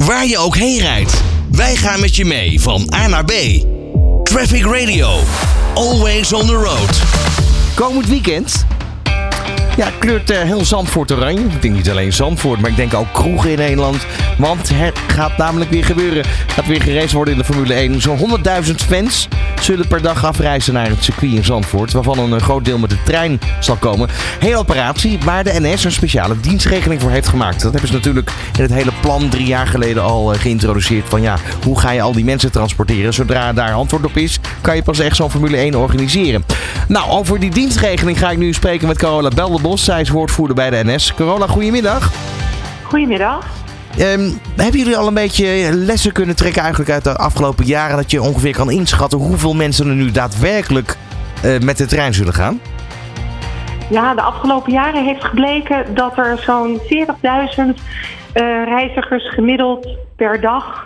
Waar je ook heen rijdt, wij gaan met je mee van A naar B. Traffic Radio. Always on the road. Komend weekend kleurt heel Zandvoort oranje. Ik denk niet alleen Zandvoort, maar ik denk ook kroegen in Nederland. Want het gaat namelijk weer gebeuren. Het gaat weer geraced worden in de Formule 1. Zo'n 100.000 fans zullen per dag afreizen naar het circuit in Zandvoort. Waarvan een groot deel met de trein zal komen. Hele operatie waar de NS een speciale dienstregeling voor heeft gemaakt. Dat hebben ze natuurlijk in het hele plan 3 jaar geleden al geïntroduceerd. Van hoe ga je al die mensen transporteren? Zodra daar antwoord op is, kan je pas echt zo'n Formule 1 organiseren. Nou, over die dienstregeling ga ik nu spreken met Carola Beldenbos. Zij is woordvoerder bij de NS. Carola, goedemiddag. Goedemiddag. Hebben jullie al een beetje lessen kunnen trekken eigenlijk uit de afgelopen jaren, dat je ongeveer kan inschatten hoeveel mensen er nu daadwerkelijk met de trein zullen gaan? Ja, de afgelopen jaren heeft gebleken dat er zo'n 40.000 reizigers gemiddeld per dag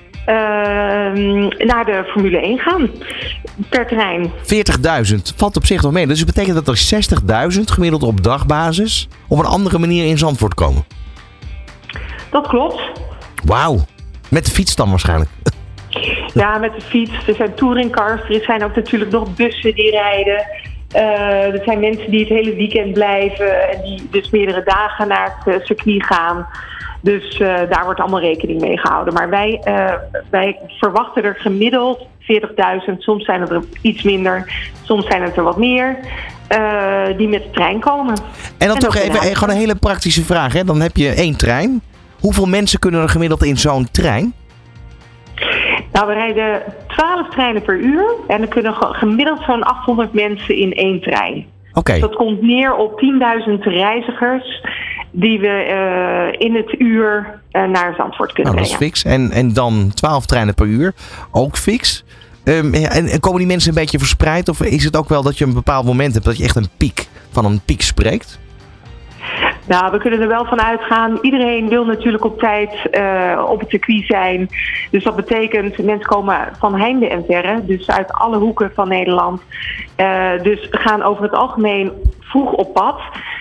naar de Formule 1 gaan. Per trein. 40.000 valt op zich nog mee. Dus het betekent dat er 60.000 gemiddeld op dagbasis op een andere manier in Zandvoort komen. Dat klopt. Wauw. Met de fiets dan waarschijnlijk. Ja, met de fiets. Er zijn touringcars. Er zijn ook natuurlijk nog bussen die rijden. Er zijn mensen die het hele weekend blijven en die dus meerdere dagen naar het circuit gaan. Dus daar wordt allemaal rekening mee gehouden. Maar wij verwachten er gemiddeld 40.000. Soms zijn het er iets minder. Soms zijn het er wat meer. Die met de trein komen. En dan toch even gewoon een hele praktische vraag. Hè? Dan heb je 1 trein. Hoeveel mensen kunnen er gemiddeld in zo'n trein? Nou, we rijden 12 treinen per uur. En er kunnen gemiddeld zo'n 800 mensen in 1 trein. Oké. Dat komt neer op 10.000 reizigers die we in het uur naar Zandvoort kunnen brengen. Dat is fix. En dan 12 treinen per uur. Ook fix. En komen die mensen een beetje verspreid? Of is het ook wel dat je een bepaald moment hebt dat je echt van een piek spreekt? Nou, we kunnen er wel van uitgaan. Iedereen wil natuurlijk op tijd op het circuit zijn. Dus dat betekent, mensen komen van heinde en verre. Dus uit alle hoeken van Nederland. Dus we gaan over het algemeen vroeg op pad.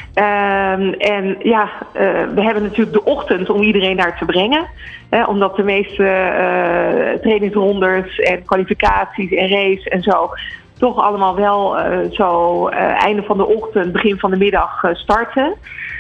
We hebben natuurlijk de ochtend om iedereen daar te brengen. Omdat de meeste trainingsrondes en kwalificaties en race en zo toch allemaal wel einde van de ochtend, begin van de middag starten.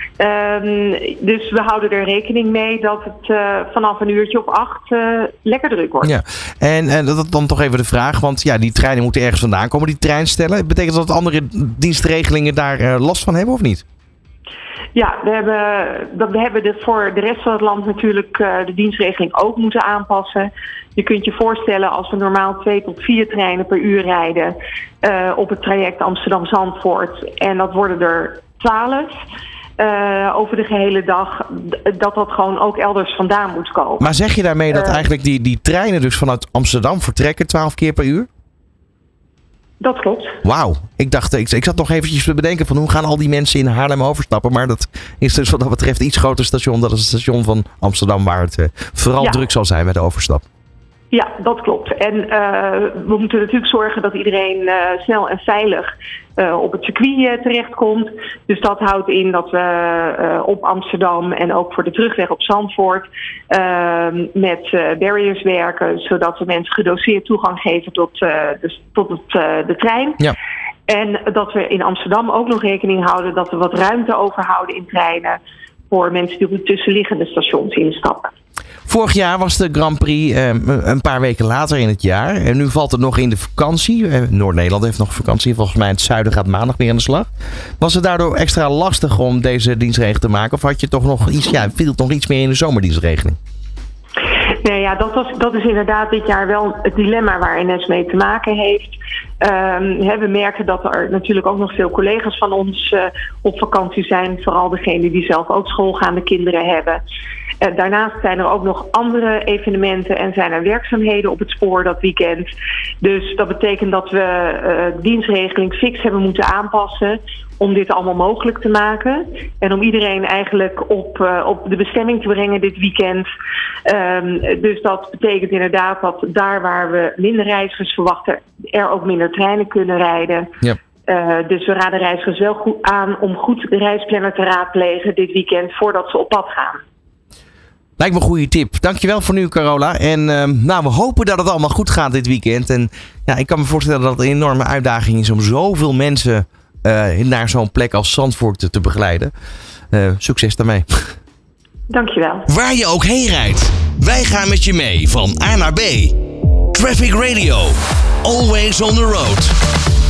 Dus we houden er rekening mee dat het vanaf een uurtje of 8 lekker druk wordt. Ja, en dat dan toch even de vraag, want die treinen moeten ergens vandaan komen, die treinstellen. Betekent dat andere dienstregelingen daar last van hebben of niet? Ja, we hebben voor de rest van het land natuurlijk de dienstregeling ook moeten aanpassen. Je kunt je voorstellen als we normaal 2 tot 4 treinen per uur rijden op het traject Amsterdam-Zandvoort. En dat worden er 12 over de gehele dag, dat gewoon ook elders vandaan moet komen. Maar zeg je daarmee dat eigenlijk die treinen dus vanuit Amsterdam vertrekken 12 keer per uur? Dat klopt. Wauw. Ik zat nog eventjes te bedenken van hoe gaan al die mensen in Haarlem overstappen. Maar dat is dus wat dat betreft iets groter station. Dat is het station van Amsterdam waar het vooral druk zal zijn met de overstap. Ja, dat klopt. En we moeten natuurlijk zorgen dat iedereen snel en veilig op het circuit terechtkomt. Dus dat houdt in dat we op Amsterdam en ook voor de terugweg op Zandvoort met barriers werken, zodat we mensen gedoseerd toegang geven tot de trein. Ja. En dat we in Amsterdam ook nog rekening houden dat we wat ruimte overhouden in treinen voor mensen die op de tussenliggende stations instappen. Vorig jaar was de Grand Prix een paar weken later in het jaar. En nu valt het nog in de vakantie. Noord-Nederland heeft nog vakantie. Volgens mij in het zuiden gaat maandag weer aan de slag. Was het daardoor extra lastig om deze dienstregeling te maken? Of had je toch nog viel het nog iets meer in de zomerdienstregeling? Nee, ja, dat is inderdaad dit jaar wel het dilemma waar NS mee te maken heeft. We merken dat er natuurlijk ook nog veel collega's van ons op vakantie zijn. Vooral degenen die zelf ook schoolgaande kinderen hebben. Daarnaast zijn er ook nog andere evenementen en zijn er werkzaamheden op het spoor dat weekend. Dus dat betekent dat we de dienstregeling fix hebben moeten aanpassen om dit allemaal mogelijk te maken. En om iedereen eigenlijk op de bestemming te brengen dit weekend. Dus dat betekent inderdaad dat daar waar we minder reizigers verwachten, er ook minder treinen kunnen rijden. Ja. Dus we raden reizigers wel goed aan om goed de reisplanner te raadplegen dit weekend voordat ze op pad gaan. Lijkt me een goede tip. Dankjewel voor nu, Carola. En we hopen dat het allemaal goed gaat dit weekend. En ja, ik kan me voorstellen dat het een enorme uitdaging is om zoveel mensen naar zo'n plek als Zandvoort te begeleiden. Succes daarmee. Dankjewel. Waar je ook heen rijdt, wij gaan met je mee van A naar B. Traffic Radio. Always on the road.